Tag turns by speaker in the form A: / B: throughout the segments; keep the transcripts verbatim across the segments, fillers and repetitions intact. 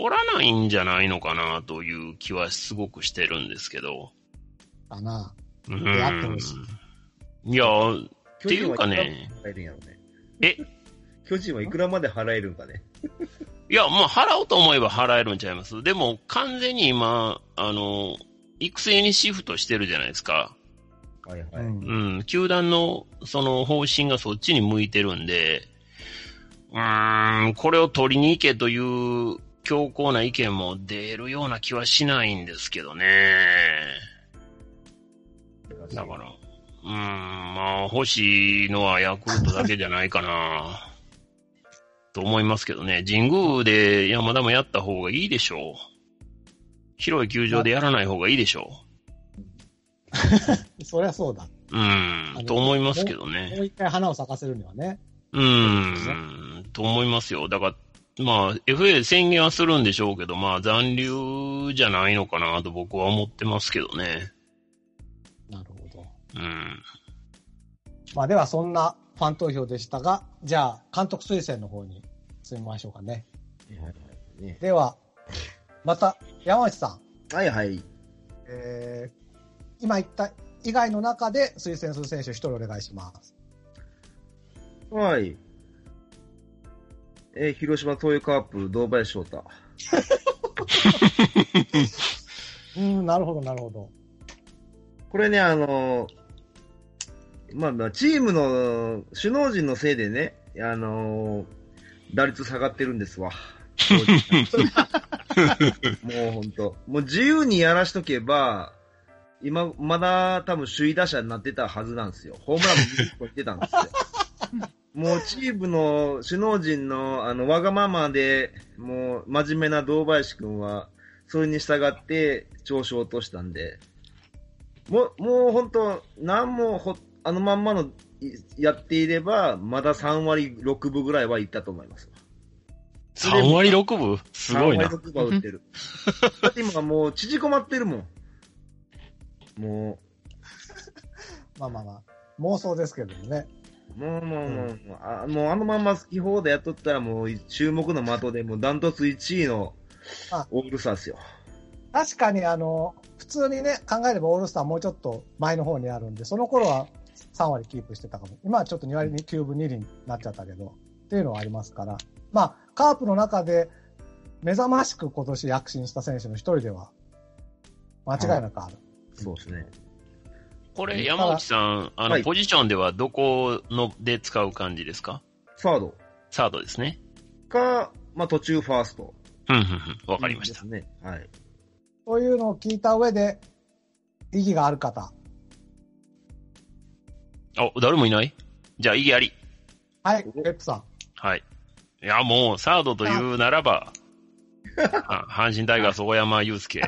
A: 取らないんじゃないのかなという気はすごくしてるんですけど。
B: かな。
A: うー
B: やってほし
A: い。いや、っていうかね。
C: 払えるんやろね。
A: え
C: 巨人はいくらまで払えるんかね。
A: いや、まあ、払おうと思えば払えるんちゃいます。でも、完全に今、あの、育成にシフトしてるじゃないですか。
C: はいはい。
B: うん。
A: うん。球団の、その、方針がそっちに向いてるんで、うーん、これを取りに行けという強硬な意見も出るような気はしないんですけどね。だから、うーん、まあ、欲しいのはヤクルトだけじゃないかな。と思いますけどね。神宮で山田もやった方がいいでしょう。広い球場でやらない方がいいでしょ
B: そりゃそうだ。
A: う。うーん、と思いますけどね。
B: もう一回花を咲かせるにはね。
A: うーん、と思いますよ。だから、まあ、エフエー 宣言はするんでしょうけど、まあ、残留じゃないのかなと僕は思ってますけどね。
B: なるほど。
A: うん。
B: まあではそんなファン投票でしたが、じゃあ監督推薦の方に進みましょうかね。
C: はいね、
B: では、また山内さん。
C: はいはい。
B: えー、今言った以外の中で推薦する選手一人お願いします。
C: はい。えー、広島東洋カープ、堂林翔太。
B: うん、なるほど、なるほど。
C: これね、あのー、まあまあ、チームの首脳陣のせいでね、あのー、打率下がってるんですわ。もうほんと。もう自由にやらしとけば、今、まだ多分首位打者になってたはずなんですよ。ホームランもにじゅっぽんいってたんですよ。もうチームの首脳陣のあのわがままで、もう真面目な堂林くんは、それに従って調子を落としたんで、もう、もう本当、なんもほ、あのまんまのやっていれば、まださんわりろくぶぐらいはいったと思います。
A: さんわりろくぶすごいな。
C: さんわりろくぶは打ってる。だって今もう縮こまってるもん。も
B: う。まあまあまあ、妄想ですけどもね。
C: もうもうもう、うん、あもうあのまんま好き放題やっとったらもう注目の的でもうダントツいちいのオールスターですよ。
B: 確かにあの、普通にね、考えればオールスターもうちょっと前の方にあるんで、その頃はさんわりキープしてたかも。今はちょっとにわりきゅうぶにりになっちゃったけど、っていうのはありますから。まあ、カープの中で目覚ましく今年躍進した選手の一人では間違いなくある。
C: そうですね。
A: これ、山内さん、あの、はい、ポジションではどこので使う感じですか？
C: サード。
A: サードですね。
C: か、まあ途中ファースト。
A: うん、うん、うん。わかりました。
C: ですね。はい。
B: というのを聞いた上で、意義がある方。
A: あ、誰もいない？じゃあ、意義あり。
B: はい、レップさん。
A: はい。いや、もう、サードというならば、阪神タイガース、大山祐介。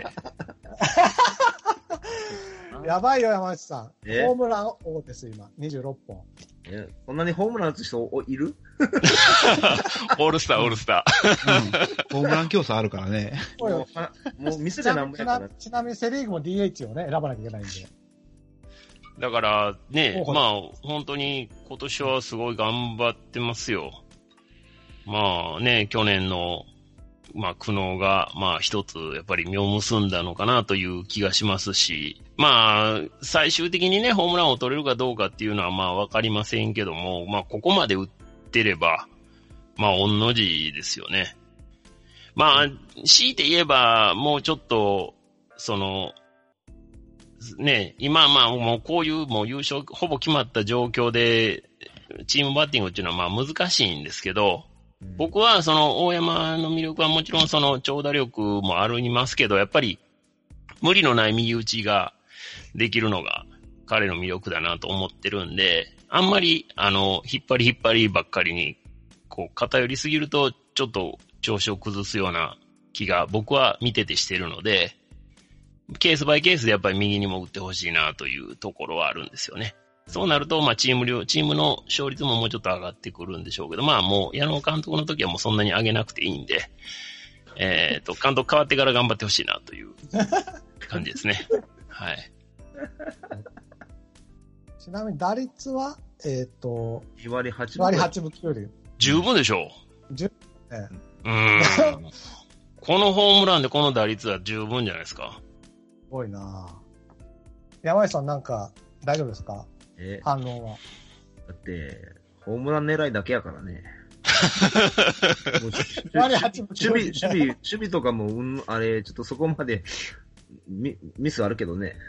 B: やばいよ、山内さん。ホームラン王です、今。にじゅうろっぽん。
C: え、そんなにホームラン打つ人いる？
A: オールスター、オールスタ
D: ー。うん、ホームラン競争あるからね。
C: もう、もう店でなんぼやから。
B: ちなみにセリーグも ディーエイチ をね、選ばなきゃいけないんで。
A: だからね、まあ、本当に今年はすごい頑張ってますよ。まあね、去年の、まあ苦悩が、まあ一つ、やっぱり実を結んだのかなという気がしますし、まあ、最終的にね、ホームランを取れるかどうかっていうのはまあわかりませんけども、まあここまで打ってれば、まあ御の字ですよね。まあ、強いて言えば、もうちょっと、その、ね、今まあもうこういうもう優勝ほぼ決まった状況で、チームバッティングっていうのはまあ難しいんですけど、僕はその大山の魅力はもちろんその長打力もありますけど、やっぱり無理のない右打ちができるのが彼の魅力だなと思ってるんで、あんまりあの引っ張り引っ張りばっかりにこう偏りすぎるとちょっと調子を崩すような気が僕は見ててしてるので、ケースバイケースでやっぱり右にも打ってほしいなというところはあるんですよね。そうなると、まあ、チーム量、チームの勝率ももうちょっと上がってくるんでしょうけど、まあ、もう、矢野監督の時はもうそんなに上げなくていいんで、えっと、監督変わってから頑張ってほしいなという感じですね。はい。
B: ちなみに打率は、えっと、
C: にわりはちぶ。
B: にわりはちぶきゅうり。
A: 十分でしょう。
B: 十分ね。
A: うーん。 このホームランでこの打率は十分じゃないですか。
B: すごいなぁ。山内さんなんか大丈夫ですか？
C: え
B: 反応は。
C: だって、ホームラン狙いだけやからね。もう
B: 割りはちぶ
C: 守備、守備、守備とかも、うん、あれ、ちょっとそこまで、ミ、ミスあるけどね。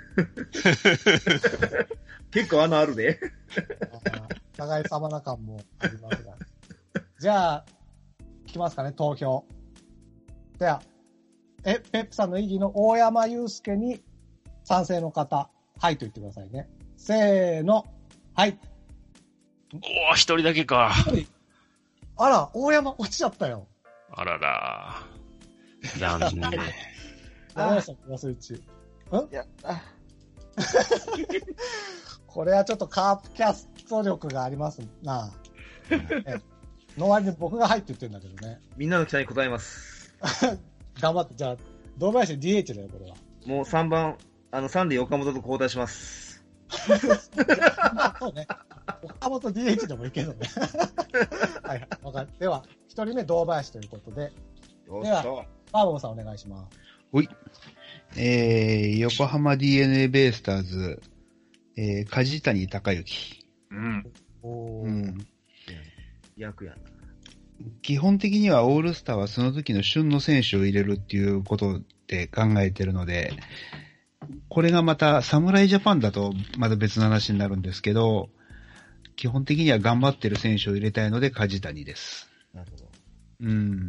C: 結構穴あるで。
B: 互い様な感もありますが。じゃあ、いきますかね、投票。では、え、ペップさんの意義の大山祐介に賛成の方、はいと言ってくださいね。せーの、はい。
A: おー、一人だけか。
B: あら、大山落ちちゃったよ。
A: あらら。残念。
B: 山内さん、プラスいち。ん
C: やった。
B: これはちょっとカープキャスト力がありますな。えの割に僕がはいって言ってるんだけどね。
C: みんなの期待に応えます。
B: 頑張って、じゃあ、堂林 ディーエイチ だよ、これは。
C: もうさんばん、あの、さんで岡本と交代します。
B: そうね。岡本 ディーエイチ でもいいけどね。はい、わかる。では、一人目堂林ということで。
C: よ
B: では、バーボンさんお願いします。
D: ほい。えー、横浜 ディーエヌエー ベイスターズ、えー、梶谷隆之。
A: うん。
B: おー。
D: うん。
C: 役やな。
D: 基本的にはオールスターはその時の旬の選手を入れるっていうことで考えてるので、これがまた侍ジャパンだとまた別の話になるんですけど、基本的には頑張ってる選手を入れたいので梶谷です。
C: なるほど。
D: うん。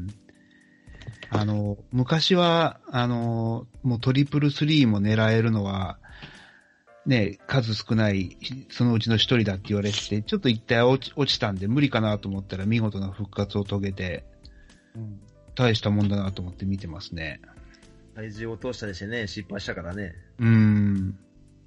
D: あの、昔は、あの、もうトリプルスリーも狙えるのは、ね、数少ない、そのうちの一人だって言われてて、ちょっと一体落ち、落ちたんで無理かなと思ったら見事な復活を遂げて、
B: うん、
D: 大したもんだなと思って見てますね。
C: 体重を落としたりしてね、失敗したからね。
D: うーん。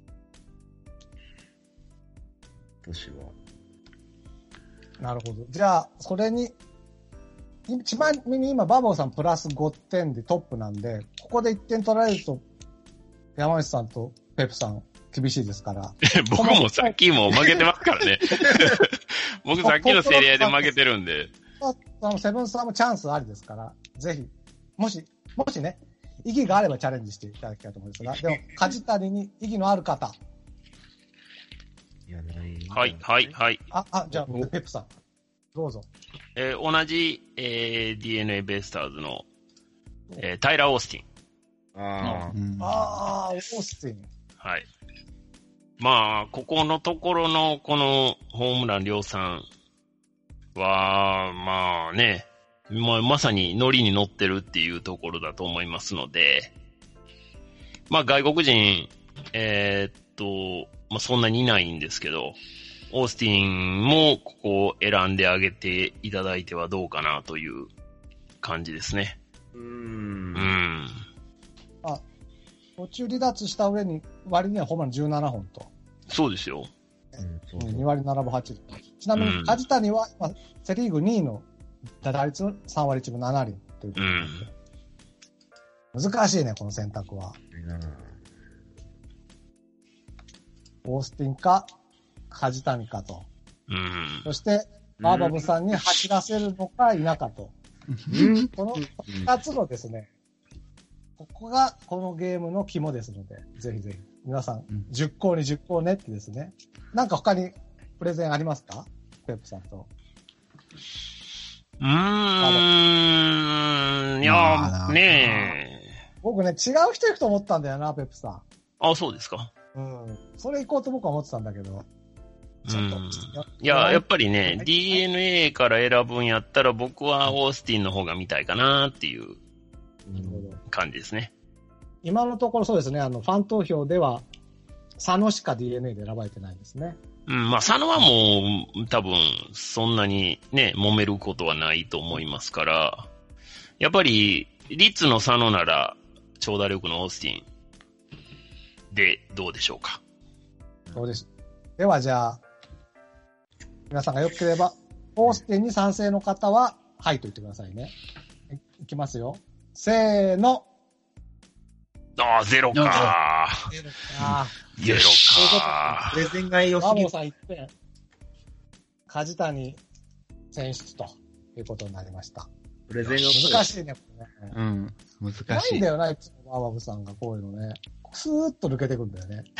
C: 年は。
B: なるほど。じゃあ、それに、ちなみに今、バーボンさんプラスごてんでトップなんで、ここでいってん取られると、山内さんとペプさん、厳しいですから。
A: 僕もさっきも負けてますからね。僕さっきの競り合いで負けてるんで。
B: あの、セブンさんもチャンスありですから、ぜひ、もし、もしね、意義があればチャレンジしていただきたいと思うんですが、でも、梶谷に意義のある方。
C: いや、ない。
A: はい、はい、はい。
B: あ、あ、じゃあ、ペプさん、どうぞ。
A: えー、同じ、えー、ディーエヌエー ベイスターズの、えー、タイラー・オースティン。
C: ああ、
D: うん、
B: ああ、オースティン。
A: はい。まあ、ここのところのこのホームラン量産は、まあね、まあ、まさにノリに乗ってるっていうところだと思いますので、まあ外国人、えー、っと、まあそんなにいないんですけど、オースティンもここを選んであげていただいてはどうかなという感じですね。
C: うーん。
A: うん。
B: あ、途中離脱した上に、割にはホームランじゅうななほんと。
A: そうですよ。
C: うんそうそう
B: に割ななぶはちり。ちなみに、梶谷は、まあ、セリーグにいの打率さん割いちぶななりんということで、うん、難しいね、この選択は。うん、オースティンか、梶谷かと。
A: うん、
B: そして、バーバブさんに走らせるのか否かと。
C: うん、
B: このふたつのですね、ここがこのゲームの肝ですので、ぜひぜひ、皆さん、じゅっこうにじゅっこうねってですね。なんか他にプレゼンありますか？ペップさんと。
A: うーん、いや、ねえ。
B: 僕ね、違う人行くと思ったんだよな、ペップさん。
A: あ、そうですか。
B: うん。それ行こうと僕は思ってたんだけど。
A: ちょっと。いや、やっぱりね、ディーエヌエー から選ぶんやったら僕はオースティンの方が見たいかなっていう感じですね。
B: 今のところそうですね、あの、ファン投票では、佐野しか ディーエヌエー で選ばれてないんですね。
A: うん、まあ、佐野はもう、多分、そんなにね、揉めることはないと思いますから、やっぱり、率の佐野なら、長打力のオースティンで、どうでしょうか。
B: そうです。では、じゃあ、皆さんがよければ、オースティンに賛成の方は、はいと言ってくださいね。いきますよ。せーの。
A: ああ、ゼロか。
B: ゼロか。
A: ゼロか。
C: プレゼンが良すぎる。
B: バボさんいってん。梶谷選出ということになりました。
C: プレゼンが
B: 難しいね、これね。
D: うん。難しい。
B: ないんだよな、いつもアワブさんがこういうのね。スーッと抜けてくんだよね。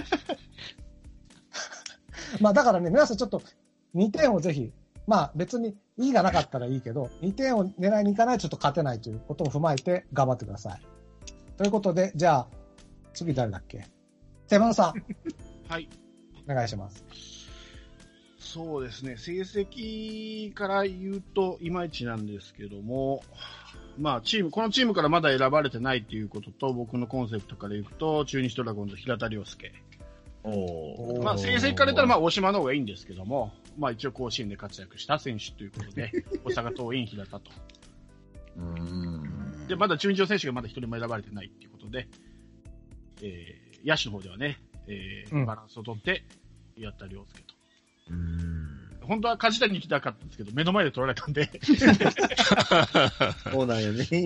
B: まあだからね、皆さんちょっとにてんをぜひ、まあ別にいいがなかったらいいけど、にてんを狙いに行かないとちょっと勝てないということを踏まえて頑張ってください。ということで、じゃあ、次誰だっけ？セブンさん。
E: はい。
B: お願いします。
E: そうですね、成績から言うといまいちなんですけども、まあチーム、このチームからまだ選ばれてないっていうことと、僕のコンセプトから言うと、中日ドラゴンズ平田良介。
C: お
E: まあ成績から言ったらまあ大島の方がいいんですけども、まあ一応甲子園で活躍した選手ということで、大阪桐蔭平田と。
C: うーん
E: で、まだ中日の選手がまだ一人も選ばれてないっていうことで、えー、野手の方ではね、えー
B: うん
E: バランスをとって平田良介と。
C: うーん
E: 本当は梶谷に行きたかったんですけど、目の前で取られたんで。
C: そうなんよね。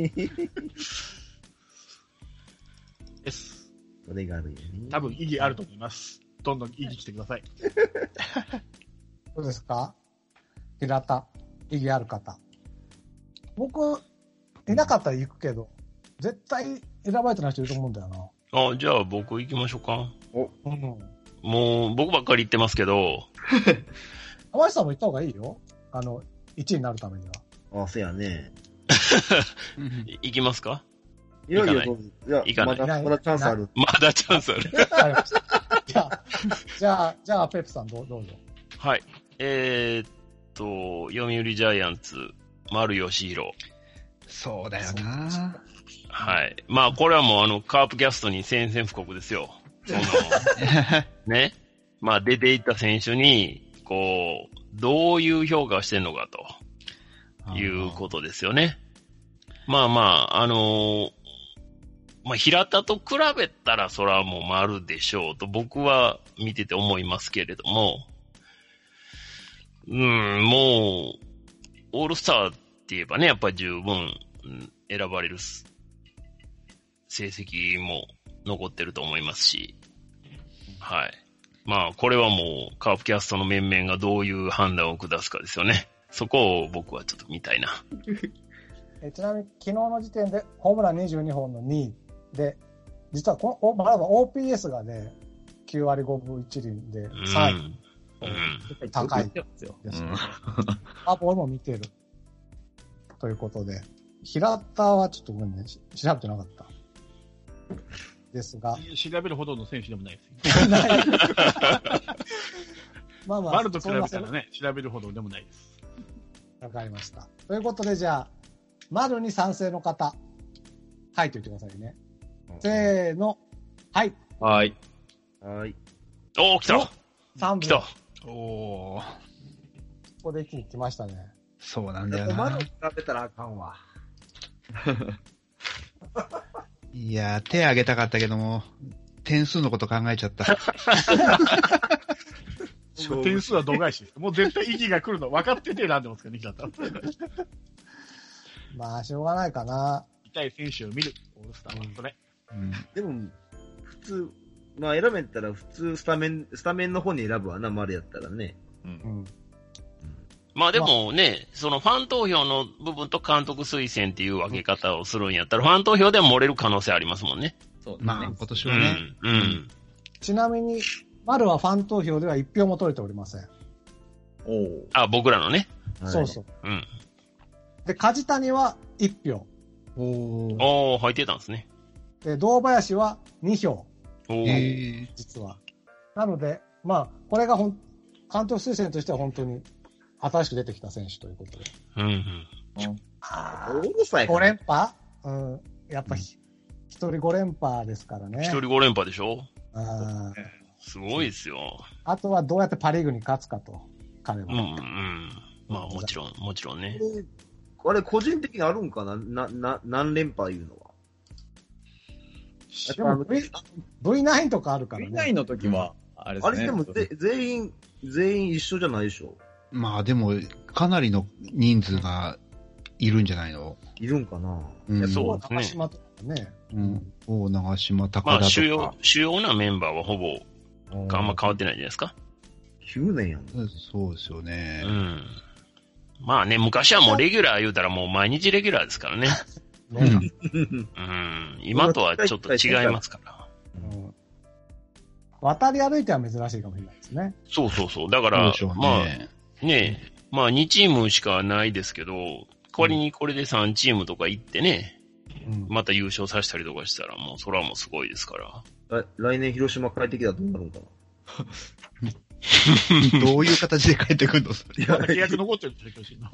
E: です。
C: それがあるよね。
E: 多分意義あると思います。どんどん意義来てください。
B: どうですか？平田、意義ある方。僕、いなかったら行くけど、絶対選ばれてない人いると思うんだよな。
A: あ、じゃあ僕行きましょうか。
B: うん。
A: もう、僕ばっかり言ってますけど、
B: 天橋さんも行った方がいいよ。あの、いちいになるためには。
C: あ、そうやね。
A: い行きますか？
C: いやいや、
A: 行かない
C: どうぞいや、
A: 行かない
C: まだ、まだチャンスある。
A: まだチャンスある。
B: わかりました。じゃあ、じゃあ、じゃあ、ペップさんどうどうぞ。
A: はい。えー、っと、読売ジャイアンツ、丸義弘。
D: そうだよな。
A: はい。まあ、これはもう、あの、カープキャストに宣戦布告ですよ。その、ね。まあ、出ていった選手に、こう、どういう評価をしてるのかということですよね。まあまあ、あのーまあ、平田と比べたらそれはもう丸でしょうと僕は見てて思いますけれども、うん、もう、オールスターって言えばね、やっぱり十分選ばれる成績も残ってると思いますし、はい。まあ、これはもう、カープキャストの面々がどういう判断を下すかですよね。そこを僕はちょっと見たいな。
B: えちなみに、昨日の時点でホームランにじゅうにほんのにいで、実はこの、まだ オーピーエス がね、きゅうわりごぶいちりんでさんい。
A: うん
B: うん、高いですね。うん、あ、俺も見てる。ということで、平田はちょっとごめんね、調べてなかった。ですが。
E: 調べるほどの選手でもないですよ。ないまあまあ。丸と比べたらね、調べるほどでもないです。
B: わかりました。ということで、じゃあ、丸に賛成の方、はいと言ってくださいね。せーの、はい。
C: はい。はい。
A: おー、来た
B: さんぶん。
A: 来た
E: おー。
B: ここで一気に来ましたね。
D: そうなんだよな。
C: 丸比べたらあかんわ。
D: いやー、手挙げたかったけども、点数のこと考えちゃった。
E: 点数は度外視です。もう絶対意義が来るの分かってて選んでますからね、だったら。
B: まあ、しょうがないかな。
E: 痛い選手を見る、オールスターはそれ。
D: うん、
C: でも、普通、まあ選べたら普通スタメン、スタメンの方に選ぶわな、丸やったらね。
B: うん。
A: まあでもね、まあ、そのファン投票の部分と監督推薦っていう分け方をするんやったら、ファン投票では漏れる可能性ありますもんね。
D: そうですね。まあ今年はね。
A: うん。うん、
B: ちなみに、丸はファン投票ではいち票も取れておりません。
C: おお。
A: あ、僕らのね。
B: はい、そうそう。
A: うん。
B: で、梶谷はいち票。
D: おー。
A: おー、入ってたんですね。
B: で、堂林はに票。
A: おー。
B: 実は。なので、まあ、これがほん、監督推薦としては本当に新しく出てきた選手ということで。
A: うんうん。
B: あ
C: あ、
B: ご連覇うん。やっぱ一、うん、人ご連覇ですからね。
A: 一人ご連覇でしょ
B: あ
A: すごいですよ。
B: あとはどうやってパリーグに勝つかと、彼は。
A: うんうん。まあもちろん、もちろんね。
C: あれ、個人的にあるんかなな、な、何連覇いうのは。
B: でも v、ブイナイン とかあるからね。
F: ブイナイン の時は、あれですね。
C: あれでもぜ全員、全員一緒じゃないでしょ。
D: まあでも、かなりの人数がいるんじゃないの？
C: いるんかな、
D: うん、
A: そうですね。
B: 長島とかね。
D: うん。お長島、高田とか。
A: まあ主要、主要なメンバーはほぼ、あんま変わってないんじゃないですか。
C: きゅうねんやん。
D: そうですよね。
A: うん。 まあね、昔はもうレギュラー言うたらもう毎日レギュラーですからね。
B: ね
A: うん。今とはちょっと違いますから。
B: うん、渡り歩いては珍しいかもしれないですね。
A: そうそうそう。だから、
D: ね、
A: まあ、ね、まあにチームしかないですけど、代わりにこれでさんチームとか行ってね、うん、また優勝させたりとかしたら、もうそれはもうすごいですから。
C: 来年広島帰ってきたらどうなるのかな
D: どういう形で帰ってくるのそれ。
E: いや、契約残っちゃうって言ってほしいな。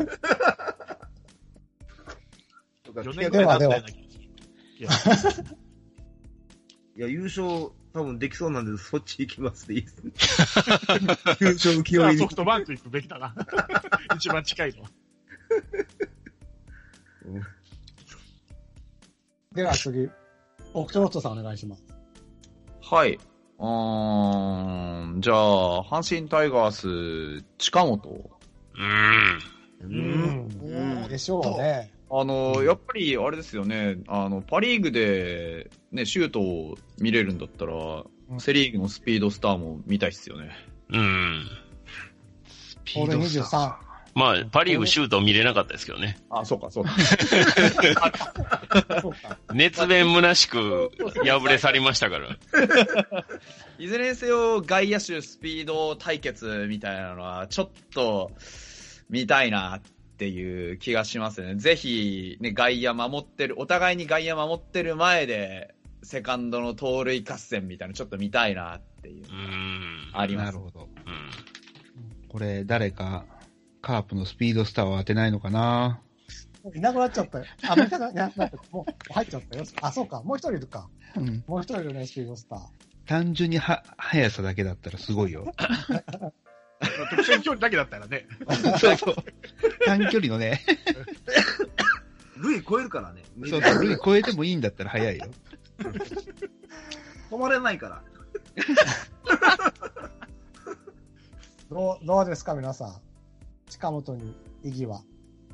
E: よねんぐらい経ったような気がする。
C: いや、優勝多分できそうなんで、そっち行きますでいいですね。優勝浮世絵に。
E: ソフトバンク行くべきだな。一番近いのは。
B: うん、では次、オクトロットさんお願いします。
F: はい。うーん、じゃあ、阪神タイガース、近本。
A: うーん。
B: うん。うん。でしょうね。
F: あの、うん、やっぱり、あれですよね、あの、パリーグで、ね、シュートを見れるんだったら、うん、セリーグのスピードスターも見たいっすよね。
A: うん。
B: スピードスター。俺にじゅうさん。
A: まあ、パリーグシュート見れなかったですけどね。
F: あ、そうか、そうか。
A: 熱弁虚しく破れ去りましたから。
F: いずれにせよ、外野手スピード対決みたいなのは、ちょっと見たいなっていう気がしますね。ぜひ、ね、外野守ってる、お互いに外野守ってる前で、セカンドの盗塁合戦みたいなのちょっと見たいなっていう。
A: うーん。
F: あります。
D: なるほど。うん、これ、誰か、カープのスピードスターを当てないのかな。
B: いなくなっちゃったよ。あ、見たか、いや、なんかもう入っちゃったよ。あ、そうか。もう一人いるか。うん、もう一人いるね、スピードスター。
D: 単純には、速さだけだったらすごいよ。
E: 特殊距離だけだったらね。
D: そうそう。短距離のね。
C: 塁超えるからね。
D: そうそう、塁超えてもいいんだったら速いよ。
C: 止まれないから。
B: どう、どうですか、皆さん。近本に意義は。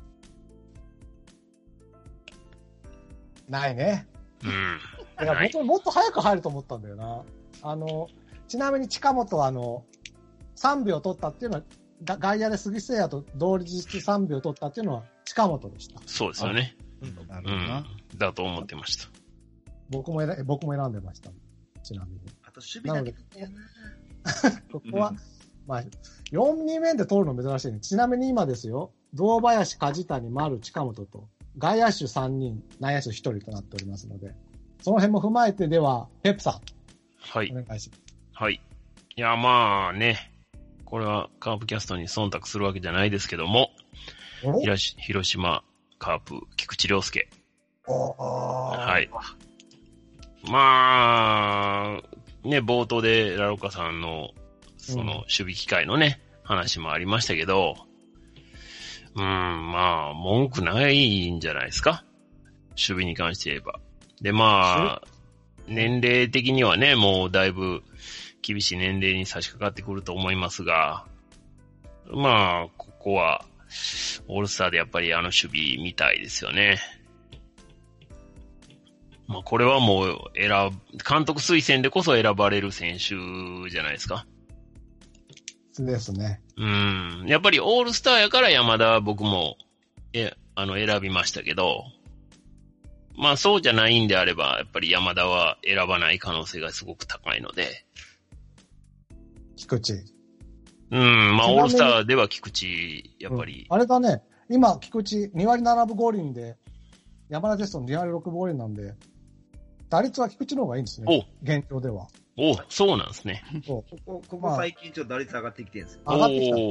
B: ないね。
A: うん。
B: いや、僕もっと早く入ると思ったんだよな。あの、ちなみに近本はあの、さんびょう取ったっていうのは、外野で杉誠也と同日さんびょう取ったっていうのは近本でした。
A: そうですよね。
D: うん、なるほどな、
A: うん。だと思ってました。
B: 僕も選、僕も選んでました。ちなみに。
C: あと守備だけだよ
B: な。ここは、うん、まあ、よんにんめで取るの珍しいね。ちなみに今ですよ、堂林、梶谷、丸、近本と、外野手さんにん、内野手ひとりとなっておりますので、その辺も踏まえて、では、ペップさん。
A: はい。
B: お願いします。
A: はい。いや、まあね、これはカープキャストに忖度するわけじゃないですけども、広島カープ、菊池涼介。はい。まあ、ね、冒頭でラロカさんの、その、守備機会のね、うん、話もありましたけど、うん、まあ、文句ないんじゃないですか。守備に関して言えば。で、まあ、年齢的にはね、もうだいぶ厳しい年齢に差し掛かってくると思いますが、まあ、ここは、オールスターでやっぱりあの守備見たいですよね。まあ、これはもう選ぶ、監督推薦でこそ選ばれる選手じゃないですか。
B: ですね。
A: うん。やっぱりオールスターやから山田は僕も、え、あの、選びましたけど、まあそうじゃないんであれば、やっぱり山田は選ばない可能性がすごく高いので。
B: 菊池。
A: うん、まあオールスターでは菊池、やっぱり、
B: うん。あれだね、今菊池にわりななぶごりんで、山田ですとにわりろくぶごりんなんで、打率は菊池の方がいいんですね。お現状では。
A: おそうなんですね。
B: そう。
C: ここ、ここ最近ちょっと打率上がってきてるんですよ。
B: 上がってきた。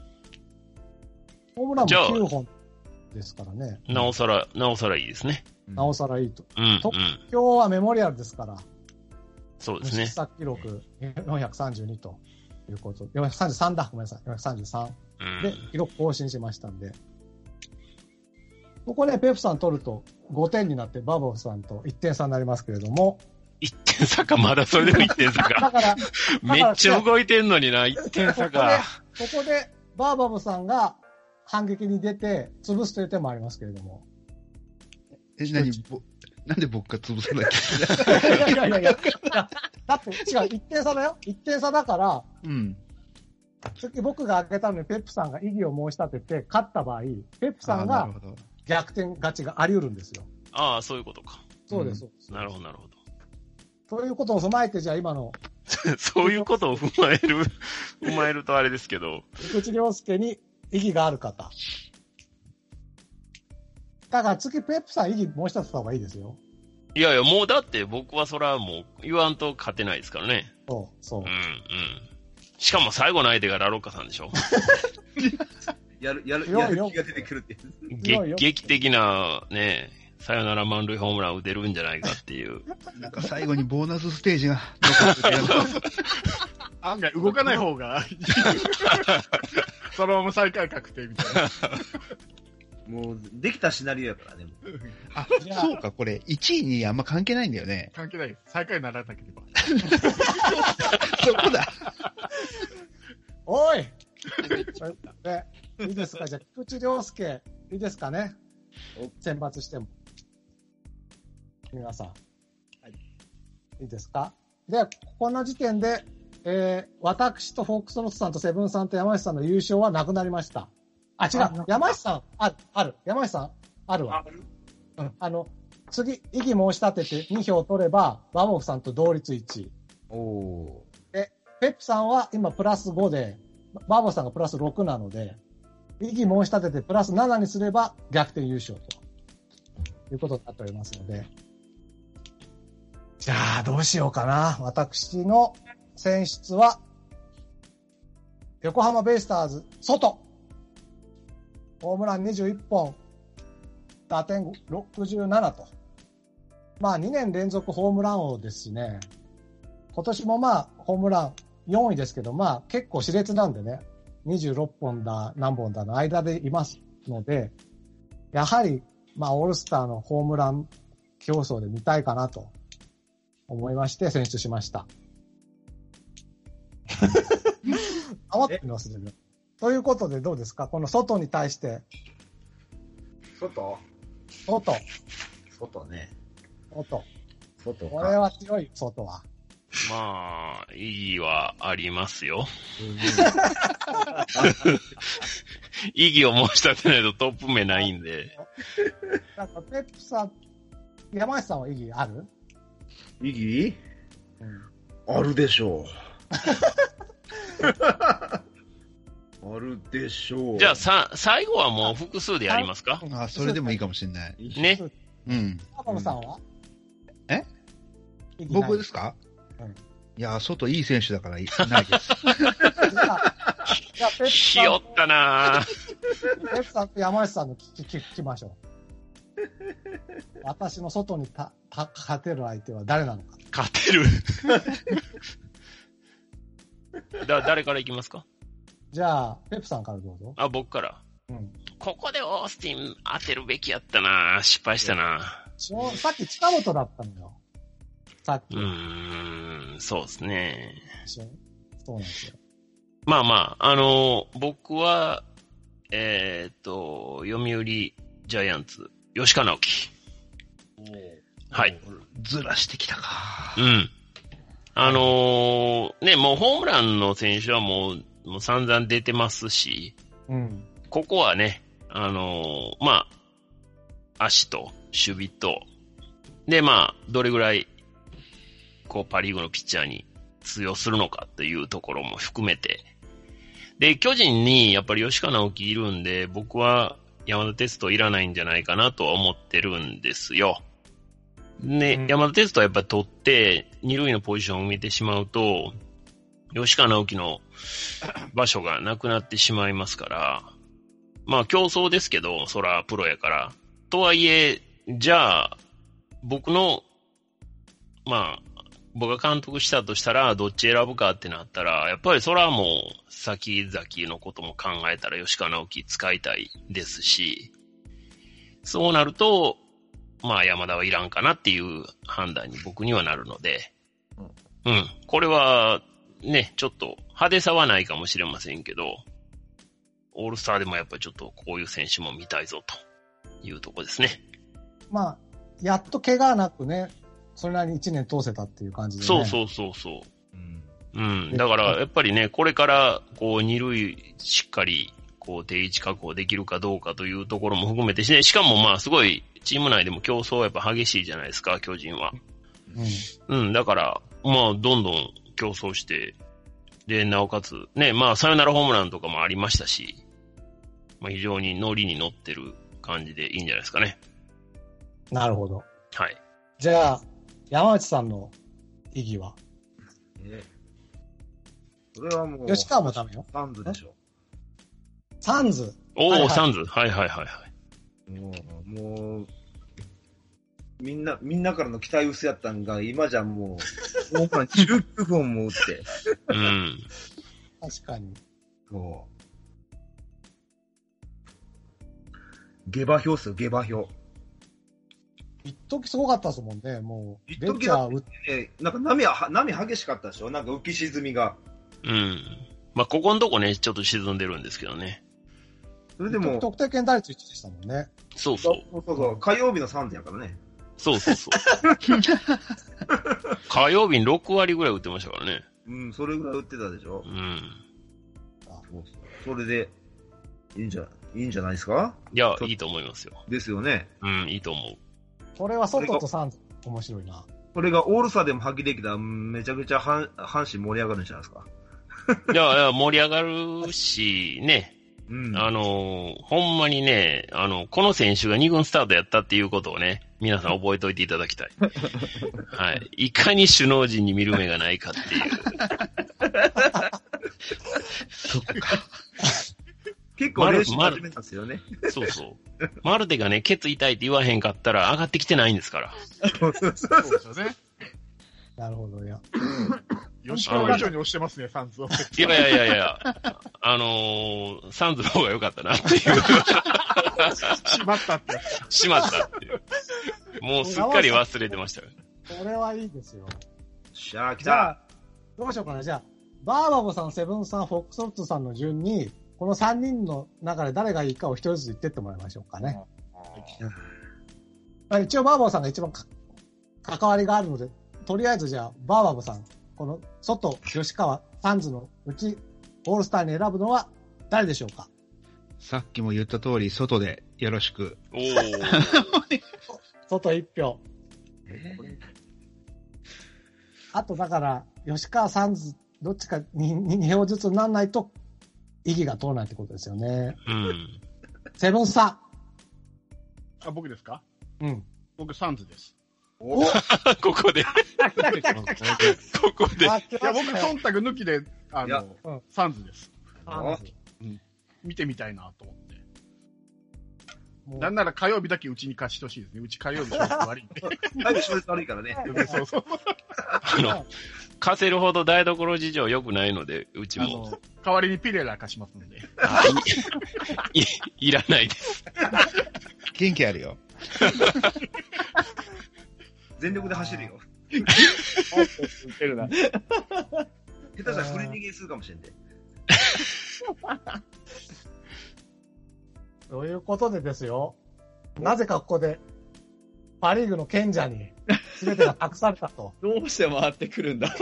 B: ホームランもきゅうほんですからね。
A: なおさら、なおさらいいですね。
B: なおさらいいと。
A: うん。
B: と今日はメモリアルですから。
A: そうですね。
B: 失策記録よんひゃくさんじゅうにということ。よんひゃくさんじゅうさんだ。ごめんなさい。よんひゃくさんじゅうさん。うん、で、記録更新しましたんで。ここね、ペプさん取るとごてんになってバボさんといってん差になりますけれども。
A: いってん差か、まだそれでもいってん差か。
B: だから、
A: めっちゃ動いてんのにな、いってん差か。
B: ここで、ここでバーバブさんが反撃に出て潰すという手もありますけれども。
D: え、何ぼ、なんで僕が潰さなきゃいけない
B: いやいやいやいや。だって違う、いってん差だよ。いってん差だから、
D: うん。
B: 次僕が挙げたのにペップさんが異議を申し立てて勝った場合、ペップさんが逆転勝ちがあり得るんですよ。
A: ああ、そういうことか。
B: そうです、そうです。
A: なるほど、なるほど。
B: ということを踏まえて、じゃあ今の。
A: そういうことを踏まえる、踏まえるとあれですけど。
B: 菊池涼介に異議がある方。だから次ペップさん異議申し立てた方がいいですよ。
A: いやいや、もうだって僕はそれはもう言わんと勝てないですからね。
B: そう、そう。
A: うん、うん。しかも最後の相手がラロッカさんでしょ。
C: やる、やる、やる気が出てくるって
A: やつ。劇的なね、サヨナラ満塁ホームラン打てるんじゃないかっていう。
D: なんか最後にボーナスステージが残ってる。
E: 案外動かない方が、そのまま最下位確定みたいな。
C: もう、できたシナリオやからね。
D: あ、そうか、これ、いちいにあんま関係ないんだよね。
E: 関係ない。最下位にならなければ。
D: そこだ。
B: おいでいいですか、じゃあ、菊池涼介、いいですかね。選抜しても。皆さん。はい。いいですか。で、この時点で、えー、私とフォックスロットさんとセブンさんと山下さんの優勝はなくなりました。あ、違う。山下さん、あ、ある。山下さん、あるわ。ある。うん。あの、次、異議申し立ててに票取れば、バボフさんと同率いちい。
C: おー。
B: で、ペップさんは今プラスごで、バボフさんがプラスろくなので、異議申し立ててプラスななにすれば逆転優勝ということになっておりますので。じゃあ、どうしようかな。私の選出は、横浜ベイスターズ、外。ホームランにじゅういっぽん、打点ろくじゅうななと。まあにねん連続ホームラン王ですしね。今年もまあホームランよんいですけど、まあ結構熾烈なんでね。にじゅうろっぽんだ何本だの間でいますので、やはりまあオールスターのホームラン競争で見たいかなと思いまして選出しました。余ってますね。ということでどうですか、この外に対して。
C: 外
B: 外。
C: 外ね。
B: 外。
C: 外か。
B: これは強い、外は。
A: まあ、意義はありますよ。意義を申し立てないとトップ目ないんで。
B: なんかペップさん、山下さんは意義ある？
C: 意義、うん、あるでしょう。あるでしょう。
A: じゃあさ、最後はもう複数でやりますか？
D: あ、それでもいいかもしれない。
A: ね。
D: うん。
B: 赤野さんは？
D: え？僕ですか？うん、いや、外いい選手だからないです。じゃあ、
A: じゃあペップさん。ひよったなぁ。
B: ペップさんと山下さんの聞き、聞きましょう。私の外にた、た、勝てる相手は誰なのか。
A: 勝てるだ、誰からいきますか？
B: じゃあ、ペップさんからどうぞ。
A: あ、僕から。うん。ここでオースティン当てるべきやったな。失敗したな。
B: さっき近本だったのよ。さっき。
A: うーん、そうですね。
B: そうなんですよ。
A: まあまあ、あのー、僕は、えー、っと、読売ジャイアンツ、吉川直樹。はい。
D: ずらしてきたか。
A: うん。あのー、ね、もうホームランの選手はもう、もう散々出てますし、うん、ここはね、あのー、まあ、足と守備と、で、まあ、どれぐらい、こう、パリーグのピッチャーに通用するのかというところも含めて、で、巨人にやっぱり吉川直樹いるんで、僕は山田哲人いらないんじゃないかなとは思ってるんですよ。ね、うん、山田哲人はやっぱり取って、二塁のポジションを埋めてしまうと、吉川直樹の場所がなくなってしまいますから、まあ競争ですけど、そらプロやから。とはいえ、じゃあ、僕の、まあ、僕が監督したとしたら、どっち選ぶかってなったら、やっぱりそらもう、先々のことも考えたら吉川直樹使いたいですし、そうなると、まあ山田はいらんかなっていう判断に僕にはなるので、うん、うん、これは、ね、ちょっと派手さはないかもしれませんけど、オールスターでもやっぱりちょっとこういう選手も見たいぞというところですね。
B: まあ、やっと怪我なくね、それなりにいちねん通せたっていう感じでね。
A: そうそうそうそう。うん。 うん。だから、やっぱりね、これから、こう、二塁、しっかり、こう、定位置確保できるかどうかというところも含めてし、ね、しかもまあ、すごい、チーム内でも競争はやっぱ激しいじゃないですか、巨人は。うん。うん、だから、まあ、どんどん競争して、で、なおかつ、ね、まあ、サヨナラホームランとかもありましたし、まあ、非常にノリに乗ってる感じでいいんじゃないですかね。
B: なるほど。
A: はい。
B: じゃあ、山内さんの意義は？
C: えそれはもう、
B: 吉川もダメよ。
C: サンズでしょ。
B: サンズ。
A: おー、
B: はいはい、
A: サンズ。はいはいはいはい。
C: もう、もう、みんな、みんなからの期待薄やったんが、今じゃもう、ホームランじゅうきゅうほんも打って。
A: うん。
B: 確かに。
C: もう、下馬評っすよ、下馬評。
B: 一時すごかったですもんね、もう。
C: 一時だってね、なんか波は、波激しかったでしょなんか浮き沈みが。
A: うん。まあ、ここのとこね、ちょっと沈んでるんですけどね。
C: それでも、
B: 得点圏打率いちでしたもんね。
A: そうそう。
C: そうそうそう、火曜日のさんてんやからね。
A: そうそうそう。火曜日にろくわりぐらい打ってましたからね。
C: うん、それぐらい打ってたでしょ
A: うん。
C: そうそう。それで、いいんじゃ、いいんじゃないですか？
A: いや、いいと思いますよ。
C: ですよね。
A: うん、いいと思う。
B: これは外とサンズ、面白いな。
C: これがオールスターでも発揮できたら、めちゃくちゃ阪阪神盛り上がるんじゃないですか。
A: いや、いや、盛り上がるし、ね。
C: うん。
A: あの、ほんまにね、あの、この選手がに軍スタートやったっていうことをね、皆さん覚えておいていただきたい。はい。いかに首脳陣に見る目がないかっていう。
D: そっか。
C: 結構練習始めたんですよね。
A: そうそう。マルテがね、ケツ痛いって言わへんかったら上がってきてないんですから。
E: そうですよね。
B: なるほど、いや。
E: 吉川以上に押してますね、サンズを。
A: いやいやいやいや、あのー、サンズの方が良かったなっていう。し
E: まったってや
A: つ。しまったっていう。もうすっかり忘れてましたよ。
B: これはいいですよ。
C: しゃー、来
B: じゃあ
C: た。
B: どうしようかな。じゃあ、バーバボさん、セブンさん、フォックスロットさんの順に、このさんにんの中で誰がいいかを一人ずつ言ってってもらいましょうかね。まあ、一応バーバボさんが一番か関わりがあるので、とりあえずじゃあ、バーバボさん、この外、吉川、サンズのうち、オールスターに選ぶのは誰でしょうか？
D: さっきも言った通り、外でよろしく。
A: おー。
B: 外一票。あとだから、吉川、サンズ、どっちかにに票ずつにならないと、意義が通らないってことですよね。
A: うん。
B: セブンさん。
E: あ、僕ですか？
B: うん。
E: 僕、サンズです。
B: お
A: ここで。ここで。
E: いや、僕、忖度抜きで、あの、うん、サンズです。
B: サンズ。
E: うん。見てみたいなと思って。なんなら火曜日だけうちに貸してほしいですね。うち火曜日勝率悪いんで。
C: 火曜日勝率悪いからね。
E: そうそう。
A: あの、貸せるほど台所事情良くないので、うちも。
E: 代わりにピレラ貸しますので。
A: い、い、いらないです。
D: 元気あるよ。
C: 全力で走るよ。
F: いけるな。
C: 下手したら振り逃げするかもしれんで。
B: ということでですよ。なぜかここで、パリーグの賢者に全てが託されたと。
F: どうして回ってくるんだ。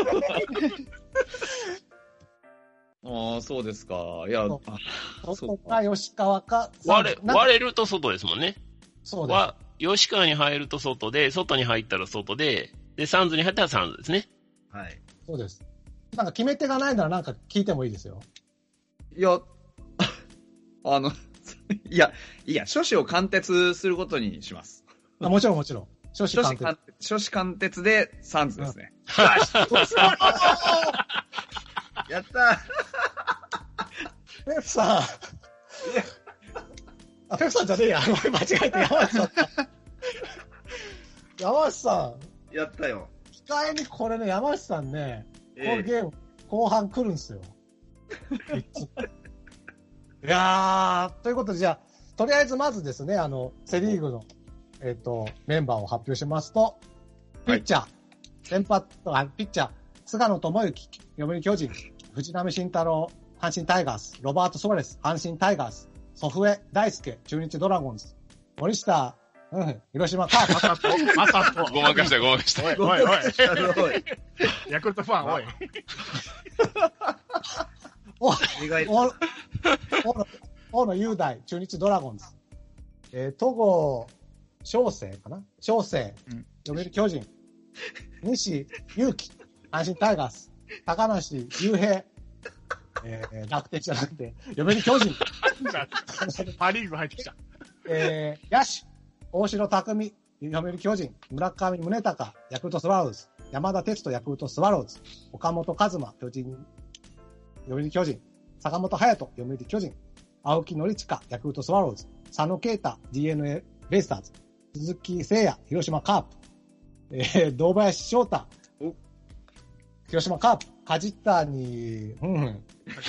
F: ああ、そうですか。いや、
B: 外か吉川か。
A: 割れ、割れると外ですもんね。
B: そうです。
A: 吉川に入ると外で、外に入ったら外で、で、サンズに入ったらサンズですね。
C: はい。
B: そうです。なんか決め手がないならなんか聞いてもいいですよ。
F: いや、あの、いや、いや、諸子を貫徹することにします。
B: あもちろんもちろん。諸子貫徹。
F: 諸子貫徹でサンズですね。
C: うん、やった
B: ーペプさん。あ、ペプさんじゃねえや。間違えて山内さん。山内さ
C: ん。やったよ。
B: 控えにこれね、山内さんね、このゲーム後半来るんですよ。いやー、ということで、じゃあ、とりあえずまずですね、あの、セリーグの、えっと、メンバーを発表しますと、ピッチャー、はい、先発、あ、ピッチャー、菅野智之、読売巨人、藤浪晋太郎、阪神タイガース、ロバート・ソレス、阪神タイガース、祖父江大輔、中日ドラゴンズ、森下、うん、広島カープ。
E: まさと、まさと。
A: ごまかした、ごまかした。
E: おい、おい、おい。ヤクルトファン、おい。
B: お、
C: 意外
B: お、大野、大野雄大、中日ドラゴンズ。えー、戸郷翔征かな翔征、
D: うん、
B: 読売巨人。西勇輝、阪神タイガース。高梨雄平、えー、楽天じゃなくて、読売巨人。
E: パリーグ入ってきた。
B: えー、野手、大城匠、読売巨人。村上宗隆、ヤクルトスワローズ。山田哲人、ヤクルトスワローズ。岡本和真、巨人、読売巨人。坂本勇人、読売巨人。青木宣親、ヤクルトスワローズ。佐野啓太、ディーエヌエー ベイスターズ。鈴木誠也、広島カープ。えー、堂林翔太、広島カープ。梶谷、ふんふん。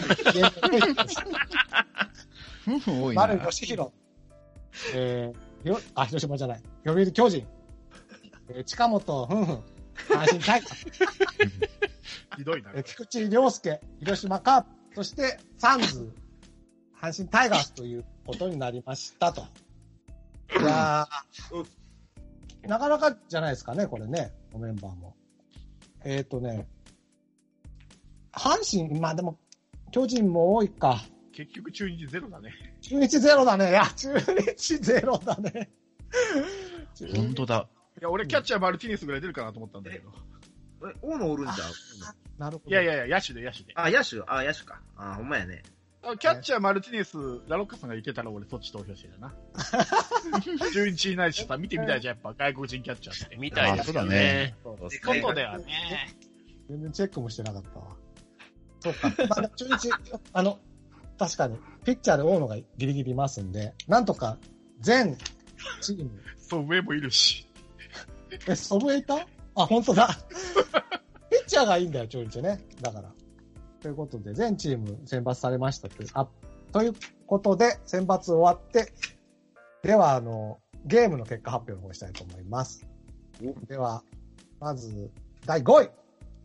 D: ふんふん多いな。
B: 丸義弘。えー、よ、あ、広島じゃない。読売巨人。えー、近本、ふんふん。阪神タイガース。
E: ひどいな。
B: えー、菊池涼介、広島カープ。そして、サンズ、阪神タイガースということになりましたと。いやー、なかなかじゃないですかね、これね、メンバーも。えっ、ー、とね、阪神、まあでも、巨人も多いか。
E: 結局中日ゼロだね。
B: 中日ゼロだね。いや、中日ゼロだね。
D: 本当だ。
E: いや、俺キャッチャーマルティネスぐらい出るかなと思ったんだけど。
C: え、大野おるんじゃん。
B: なるほど。
E: いやいやいや、野手で野手で。
C: あ、野手あ、野手か。あ、ほんまやね。
E: キャッチャーマルティネス、ラロッカさんがいけたら俺そっち投票してるな。中日いないしさ、見てみたいじゃん、やっぱ外国人キャッチャーって。
A: みたいですよね。
E: 外ではね。
B: 全然チェックもしてなかったわ。そうか。まあ、中日、あの、確かに、ピッチャーで大野がギリギリいますんで、なんとか全チーム。
E: そう、上もいるし。
B: え、祖父江いたあ、本当だ。ピッチャーがいいんだよ、中日ね。だから。ということで、全チーム選抜されましたという、あ、ということで、選抜終わって、では、あの、ゲームの結果発表の方したいと思います。では、まず、だいごい。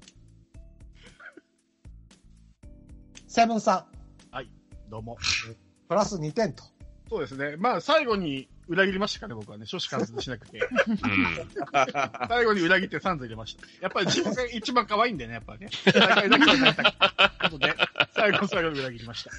B: セブンさん。
E: はい、どうも。
B: プラスにてんと。
E: そうですね。まあ、最後に裏切りましたかね、僕はね。初志貫通しなくて。うん、最後に裏切ってサンズ入れました。やっぱり自分が一番可愛いんでね、やっぱね。大会だけはなりたかことで、最後の最後に裏切りました。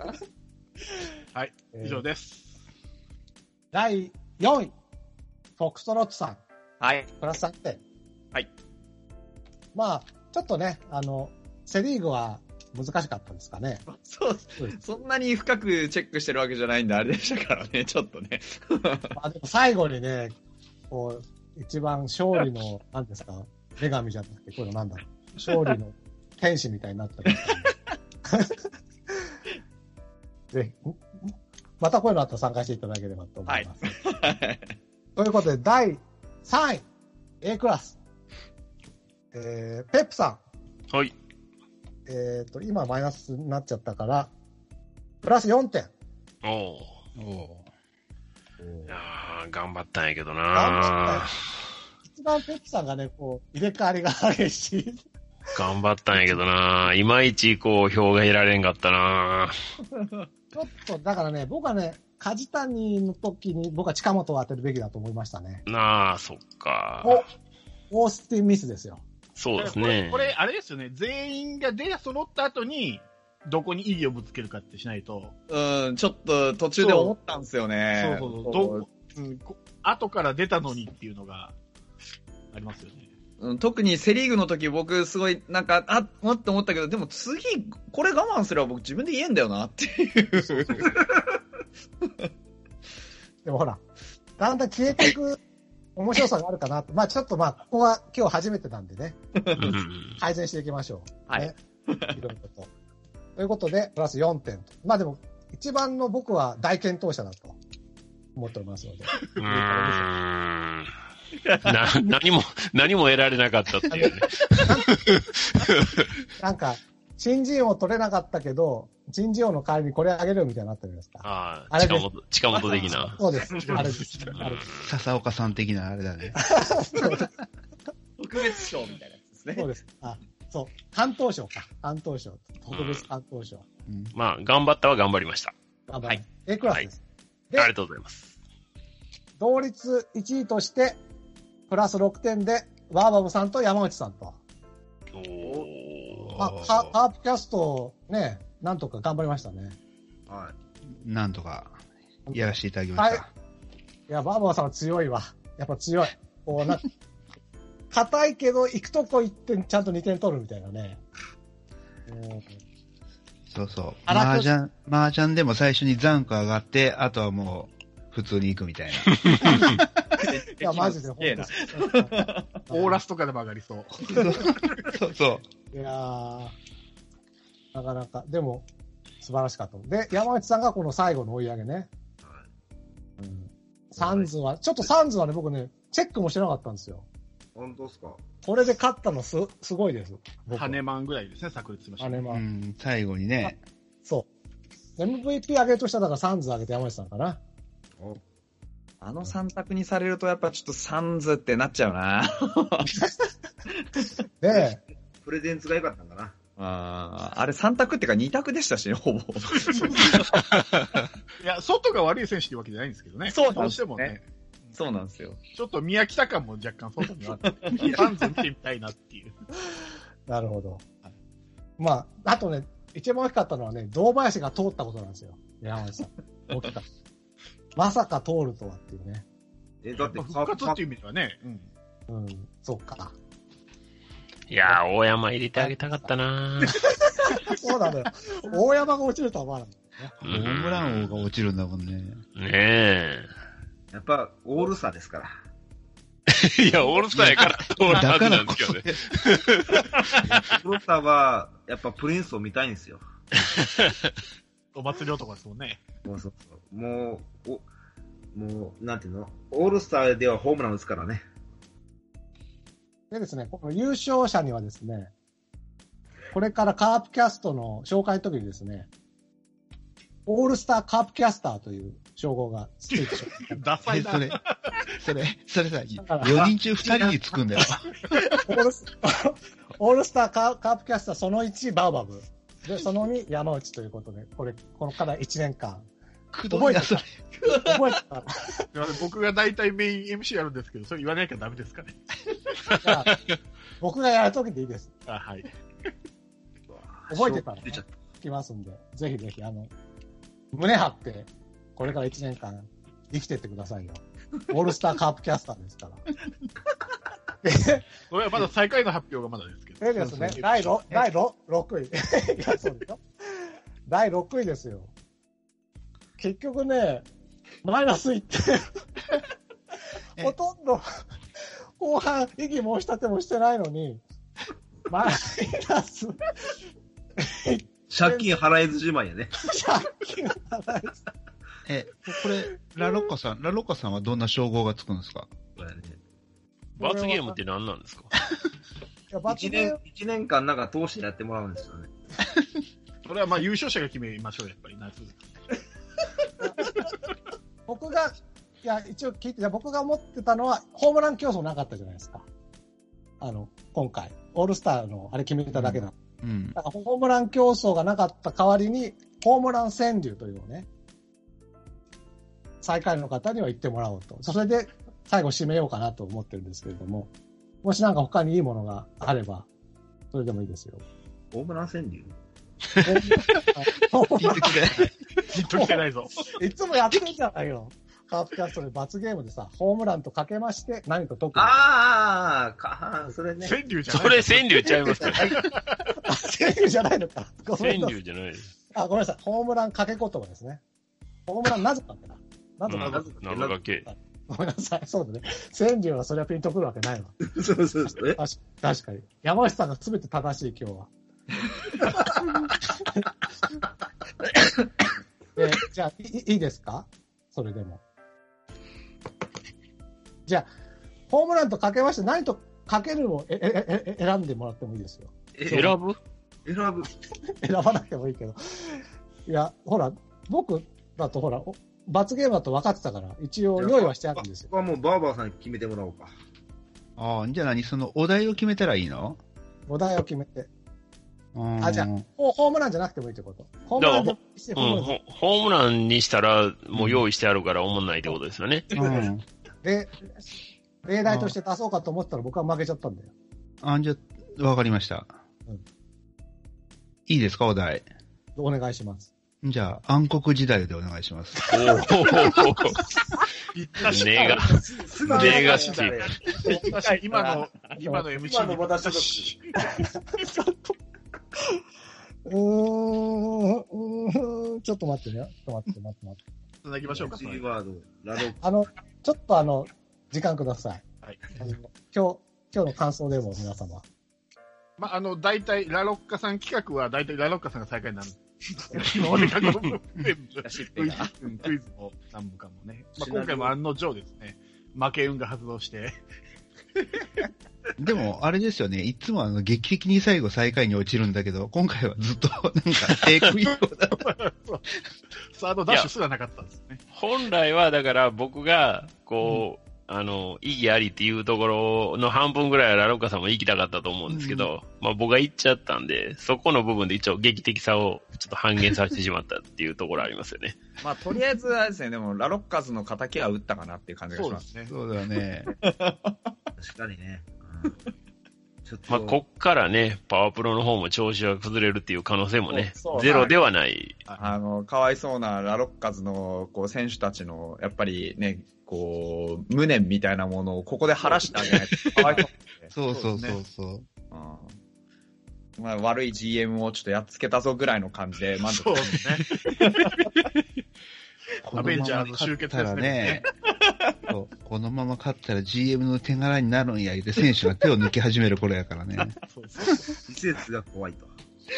E: はい、以上です。
B: だいよんい。フォックストロットさん。
F: はい。
B: プラスさんてん。
F: はい。
B: まあ、ちょっとね、あの、セリーグは難しかったんですかね。
F: そう、そんなに深くチェックしてるわけじゃないんで、あれでしたからね、ちょっとね。
B: まあでも最後にね、こう、一番勝利の、何ですか、女神じゃなくて、これなんだろう。勝利の天使みたいになったり。ぜひ、またこういうのあったら参加していただければと思います。はい、ということで、だいさんい、A クラス。えー、ペップさ
A: ん。はい。
B: えっ、ー、と、今マイナスになっちゃったから、プラスよんてん。
A: おお。おいやー、頑張ったんやけどな
B: ー。一番ペップさんがね、こう、入れ替わりが激しい。
A: 頑張ったんやけどな、いまいちこう、票が得られんかったな。
B: ちょっと、だからね、僕はね、梶谷の時に僕は近本を当てるべきだと思いましたね。
A: なあ、そっか。
B: お、オースティンミスですよ。
A: そうですね。
E: これ、これあれですよね。全員が出揃った後に、どこに意義をぶつけるかってしないと。
F: うん、ちょっと途中で思ったんですよね。
E: そうそうそう。どうん、後から出たのにっていうのがありますよね。
F: うん、特にセリーグの時僕すごいなんか、あっ、待って思ったけど、でも次、これ我慢すれば僕自分で言えんだよなっていう。そうそうそう
B: でもほら、だんだん消えていく面白さがあるかなと。まあちょっとまあ、ここは今日初めてなんでね。改善していきましょう。
F: はい。
B: ね、いろいろと。ということで、プラスよんてんと。まあでも、一番の僕は大健闘者だと思っておりますので。
A: うーん。な、何も、何も得られなかったっていうね。
B: なんか、新人王取れなかったけど、新人王の代わりにこれあげるみたいになったじゃないですか。
A: ああ、近本、近本的な。
B: そうです。あれです。あれ
D: 笹岡さん的なあれだね。
F: 特別賞みたいなやつですね。
B: そうです。あ、そう。関東賞か。関東賞。特別関東賞。
A: うん、まあ、頑張ったは頑張りました。
B: はい。A クラスです、
A: はい。ありがとうございます。
B: 同率いちいとして、プラスろくてんで、ワーバブさんと山内さんと。
A: おー。
B: あ、カカープキャストね、なんとか頑張りましたね。
C: は
D: なんとか、やらせていただきました。
B: はい、いや、バーバーさんは強いわ。やっぱ強い。こうな、硬いけど、行くとこ行ってちゃんとにてん取るみたいなね。うん
D: そうそう。麻雀、麻雀でも最初に残価上がって、あとはもう、普通に行くみたいな。
B: いや、マジで、ほんと。
E: オーラスとかでも上がりそう。
D: そうそう。
B: いやー、なかなか、でも、素晴らしかった。で、山内さんがこの最後の追い上げね。うん、サンズは、ちょっとサンズはね、僕ね、チェックもしてなかったんですよ。
C: 本当ですか？
B: これで勝ったのす、すごいです。
E: ハネマンぐらいですね、炸裂しました。
B: ハネマン。
D: うん、最後にね。
B: そう。エムブイピー 上げるとしたら、だからサンズ上げて山内さんかな。
F: あの三択にされると、やっぱちょっとサンズってなっちゃうな。
B: で、
C: プレゼンツが良かったんかな。
F: ああれ三択ってか二択でしたしね、ほぼ。
E: いや、外が悪い選手っていうわけじゃないんですけどね。
F: そうなんですね
E: どうしてもね。
F: そうなんですよ。
E: ちょっと宮北感も若干外にあって、サンズ見てみたいなっていう。
B: なるほど。まあ、あとね、一番大きかったのはね、堂林が通ったことなんですよ。山内さん。大きかった。まさか通るとはっていうね。
C: え、だって、
E: 復活っていう意味ではね。
B: うん。うん、そっか。
A: いやー、大山入れてあげたかったな
B: そうなのよ。大山が落ちるとは思わなかった
D: ホームラン王が落ちるんだもんね。
A: ねえ。
C: やっぱ、オールスターですから。
A: いや、オールスターやから、通るはずなんですけどね。
C: オールスターは、やっぱプリンスを見たいんですよ。
E: お祭り男ですもんね。
C: そうそうそう。もう、お、もう、なんていうの？オールスターではホームラン打つからね。
B: でですね、この優勝者にはですね、これからカープキャストの紹介の時にですね、オールスターカープキャスターという称号がついてしまう。
E: ダサいな。
D: えそれ、それ、それさ、よにん中ふたりにつくんだよ。
B: オールスオールスターカーカープキャスターそのいちバーバブ。で、そのに山内ということで、これ、このからいちねんかん。
D: くどいな、それ。
B: 覚えてた。
E: すいません、僕が大体メイン エムシー やるんですけど、それ言わなきゃダメですかね。
B: じゃあ僕がやるときでいいです。
E: あ、はい。
B: 覚えてたら、ね、
C: 出ちゃった。
B: きますんで、ぜひぜひ、あの、胸張って、これからいちねんかん生きてってくださいよ。オールスターカープキャスターですから。
E: これはまだ最下位の発表がまだですけど。
B: えですね、だいろくい。いや、そうでしょ。だいろくいですよ。結局ね、マイナスいってほとんど、後半、異議申し立てもしてないのに、マイナス。
C: 借金払えずじまいやね。
B: 借金払えず。
D: え、これ、ラロッカさん、ラロッカさんはどんな称号がつくんですか？
C: そうやね。
A: 罰ゲームって何なんですか？
C: 一年、一年間なんか通してやってもらうんですよね。
E: それはまあ優勝者が決めましょう、やっぱり夏。
B: 僕が、いや、一応聞いて、僕が思ってたのは、ホームラン競争なかったじゃないですか。あの、今回。オールスターのあれ決めただけなの。
D: うん。
B: だからホームラン競争がなかった代わりに、ホームラン川柳というのをね、最下位の方には言ってもらおうと。それで、最後締めようかなと思ってるんですけれども、もしなんか他にいいものがあれば、それでもいいですよ。
C: ホームラン川柳
D: ピンときてない。
E: ピンときてないぞ。
B: いつもやってんじゃないよ。カープキャストで罰ゲームでさ、ホームランとかけまして、何と解く。
C: ああ、か、それね。
E: 川柳じゃない。
A: それ川柳ちゃいますか？
B: 川柳じゃないのか。ご
A: 川
B: めんなさい。
A: 柳じゃないです。
B: あ、ごめんなさい。ホームランかけ言葉ですね。ホームランなぜかってな。なぜかなぜか。
A: なのだけ。
B: ごめんなさい。そうだね。川柳はそれはピンとくるわけないわ。
C: そうそうそう。え
B: 確確かに。山内さんが全て正しい今日は。でじゃあい、いいですか？それでも。じゃあ、ホームランとかけまして何とかけるをえええ選んでもらってもいいですよ。
A: 選ぶ？
C: 選ぶ。
B: 選ばなくてもいいけど。いや、ほら、僕だとほら、罰ゲームだと分かってたから、一応用意はしてあるんですよ。
C: ここはもうバーバーさんに決めてもらおうか。
D: ああ、じゃあ何そのお題を決めたらいいの？
B: お題を決めて。
D: あ
B: あ、じゃあ、ホームランじゃなくてもいいってこと？ホームランでして
A: うん、ホホームランにしたら、もう用意してあるから思んないってことですよね。
D: うん。
B: で、例題として出そうかと思ったら僕は負けちゃったんだよ。
D: あ、じゃあ、わかりました。 いいですか、お題。
B: お願いします。
D: じゃあ、暗黒時代でお願いします。
A: おお。ネガ、ネガシティ。
E: 今の、今の エムシー
C: 今の私
B: うーん、うーん、ちょっと待ってね。ちょっと待って、待って、待って。
E: つなぎましょうか。
C: キーワード、ラロッ
B: あの、ちょっとあの、時間ください。
E: はい。
B: あの今日、今日の感想でも皆様。
E: まあ、あの、大体、ラロッカさん企画は大体ラロッカさんが最下位になる。今まで過去の全部、クイズ、クイズも何部かもね。まあ、今回も案の定ですね。負け運が発動して。
D: でも、あれですよね。いつもあの、劇的に最後最下位に落ちるんだけど、今回はずっと、なんか、低空飛行だ。
E: サードダッシュすらなかったんですね。
A: 本来は、だから僕が、こう、うんあの、意義ありっていうところの半分ぐらいはラロッカさんも行きたかったと思うんですけど、うん、まあ僕が行っちゃったんで、そこの部分で一応劇的さをちょっと半減させてしまったっていうところありますよね。
F: まあとりあえずはですね、でもラロッカズの敵は打ったかなっていう感じがしますね。
D: そうだね。
C: 確かにね。うん、
A: ちょっとまあこっからね、パワープロの方も調子が崩れるっていう可能性もね、そうそうゼロではない。
F: あの、かわいそうなラロッカズのこう選手たちの、やっぱりね、こう、無念みたいなものをここで晴らしてあげないとかわいそう。
D: そうそうそうそう。
F: うん、まあ、悪い ジーエム をちょっとやっつけたぞぐらいの感じで満足
E: そうですね。アベンジャーの集結ですね。
D: そうこのまま勝ったら ジーエム の手柄になるんや、で選手が手を抜き始める頃やからね。そうそう
C: 季節が怖いと。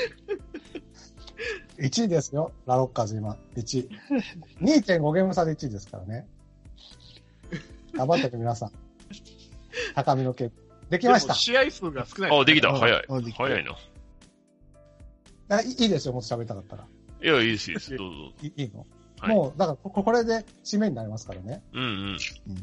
B: いちいですよ、ラロッカーズ今。いちい。にてんご ゲーム差でいちいですからね。頑張ってて皆さん。高みの毛。できました。
E: 試合数が少ない、
A: ね。あ、できた。早い。早いな。
B: あいいですよ、もっと喋りたかったら。
A: いや、いいです、いいです。どうぞ。
B: いいの、はい、もう、だからこ、これで締めになりますからね。
A: うんうん。うん、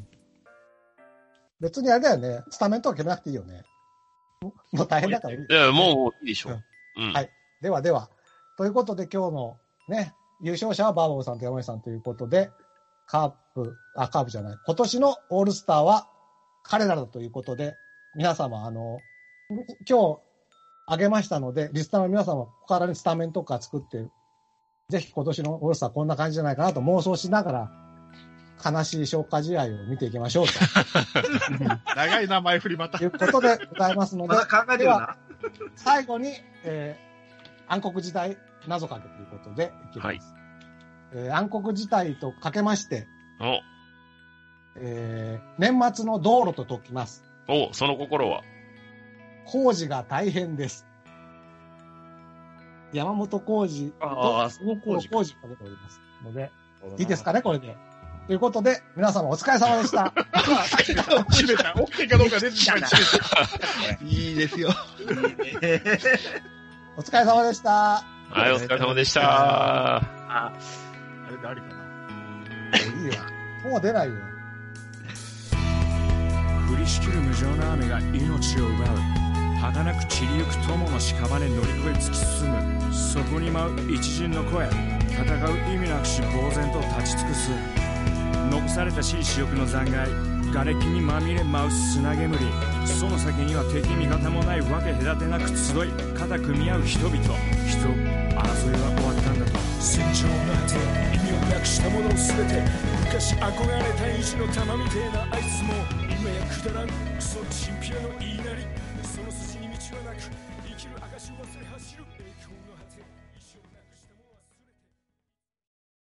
B: 別にあれだよね、スタメンとか決めなくていいよね。もう大変だからいい。
A: いや、もういいでしょう。
B: うん。はい。ではでは、ということで今日のね、優勝者はバーボーさんと山井さんということで、カープ、あ、カープじゃない。今年のオールスターは彼らだということで、皆様、あの、今日あげましたので、リスナーの皆様、ここからスタメンとか作って、ぜひ今年のオールスターこんな感じじゃないかなと妄想しながら、悲しい消化試合を見ていきましょうと。
E: 長い名前振りまた。
B: ということでございますので、
C: まだ考えてるな。
B: 最後に、えー、暗黒時代謎かけということでいきます。はい、えー、暗黒時代とかけまして、
A: お
B: えー、年末の道路と解きます。
A: お、その心は
B: 工事が大変です。山本浩二と、
F: ああ、その工事
B: 工事をかけておりますので、いいですかね、これで。ということで、皆様お疲れ様でした。
E: 閉めた。OK かどうか出てきた。
D: いいですよ。
B: お疲れ様でした。
A: はい、お疲れ様でした。
E: あ、あれ誰かな。
B: いいわ。もう出ないよ。
G: 降りしきる無情な雨が命を奪う。儚く散りゆく友の屍乗り越え突き進む。そこに舞う一陣の声。戦う意味なくし呆然と立ち尽くす。残されたしい死欲の残骸。瓦礫にまみれ舞う砂煙。その先には敵味方もないわけ隔てなく集い肩組み合う人々。人争いは終わったんだと。戦場の果て意味をなくしたものを全て。昔憧れた意地の玉みてえなあいつも今やくだらんクソチンピラの言いなり。その筋に道はなく